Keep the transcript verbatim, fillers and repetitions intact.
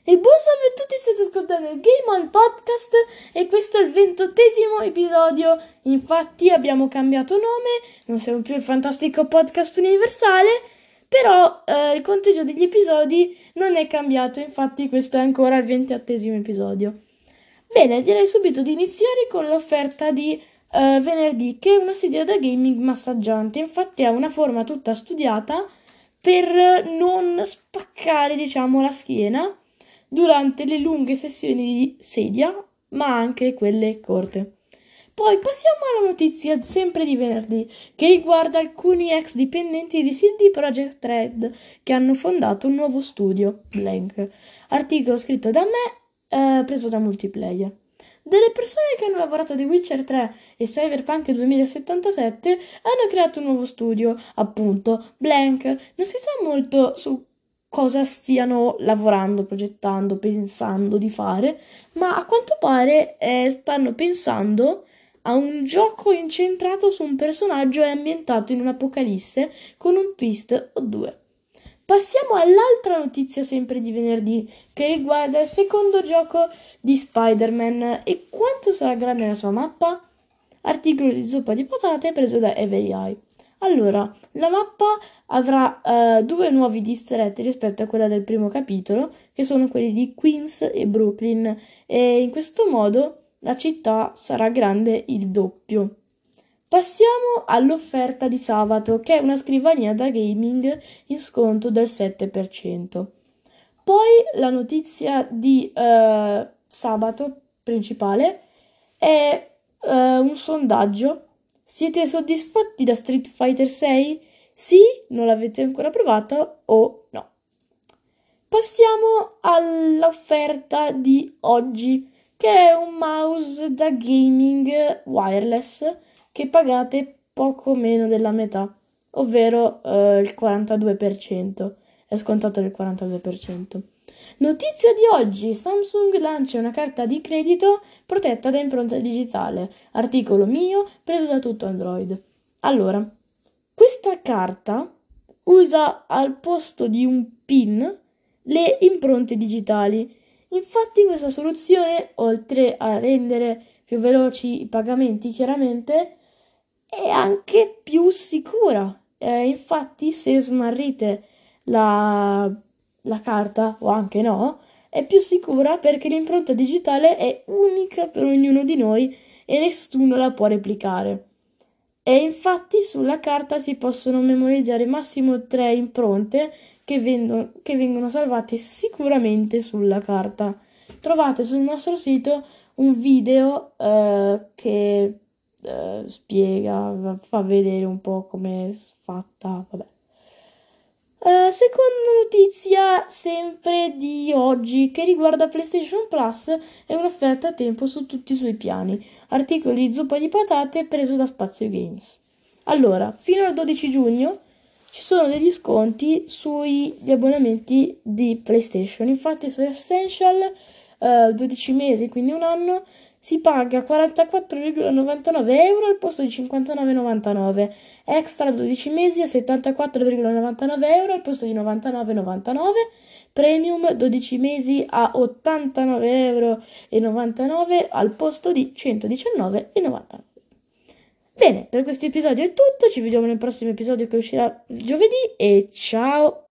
E buon salve a tutti, state ascoltando il Game On Podcast e questo è il ventottesimo episodio. Infatti abbiamo cambiato nome, non siamo più il fantastico podcast universale, però eh, il conteggio degli episodi non è cambiato, infatti questo è ancora il ventottesimo episodio. Bene, direi subito di iniziare con l'offerta di eh, venerdì, che è una sedia da gaming massaggiante. Infatti ha una forma tutta studiata per non spaccare, diciamo, la schiena durante le lunghe sessioni di sedia, ma anche quelle corte. Poi passiamo alla notizia sempre di venerdì, che riguarda alcuni ex dipendenti di C D Projekt Red che hanno fondato un nuovo studio, Blank. Articolo scritto da me, eh, preso da Multiplayer. Delle persone che hanno lavorato di Witcher tre e Cyberpunk duemilasettantasette hanno creato un nuovo studio, appunto, Blank. Non si sa molto su cosa stiano lavorando, progettando, pensando di fare, ma a quanto pare eh, stanno pensando a un gioco incentrato su un personaggio e ambientato in un'apocalisse con un twist o due. Passiamo all'altra notizia sempre di venerdì, che riguarda il secondo gioco di Spider-Man e quanto sarà grande la sua mappa? Articolo di zuppa di patate preso da Every Eye. Allora, la mappa avrà uh, due nuovi distretti rispetto a quella del primo capitolo, che sono quelli di Queens e Brooklyn, e in questo modo la città sarà grande il doppio. Passiamo all'offerta di sabato, che è una scrivania da gaming in sconto del sette per cento. Poi la notizia di uh, sabato principale è uh, un sondaggio. Siete soddisfatti da Street Fighter sei? Sì, non l'avete ancora provato o no? Passiamo all'offerta di oggi, che è un mouse da gaming wireless che pagate poco meno della metà, ovvero eh, il quarantadue per cento. È scontato il quarantadue per cento. Notizia di oggi: Samsung lancia una carta di credito protetta da impronta digitale. Articolo mio, preso da tutto Android. Allora, questa carta usa al posto di un PIN le impronte digitali. Infatti questa soluzione, oltre a rendere più veloci i pagamenti chiaramente, è anche più sicura. Eh, infatti se smarrite la, la carta, o anche no, è più sicura perché l'impronta digitale è unica per ognuno di noi e nessuno la può replicare. E infatti sulla carta si possono memorizzare massimo tre impronte che, vendo- che vengono salvate sicuramente sulla carta. Trovate sul nostro sito un video eh, che eh, spiega, fa vedere un po' come è fatta, vabbè. Eh, seconda notizia, sempre di oggi, che riguarda PlayStation Plus, è un'offerta a tempo su tutti i suoi piani. Articoli di zuppa di patate preso da Spazio Games. Allora, fino al dodici giugno ci sono degli sconti sugli abbonamenti di PlayStation. Infatti su Essential, eh, dodici mesi, quindi un anno, si paga quarantaquattro virgola novantanove euro al posto di cinquantanove virgola novantanove. Extra dodici mesi a settantaquattro virgola novantanove euro al posto di novantanove virgola novantanove. Premium dodici mesi a ottantanove virgola novantanove euro al posto di centodiciannove virgola novantanove. Bene, per questo episodio è tutto, ci vediamo nel prossimo episodio che uscirà giovedì e ciao!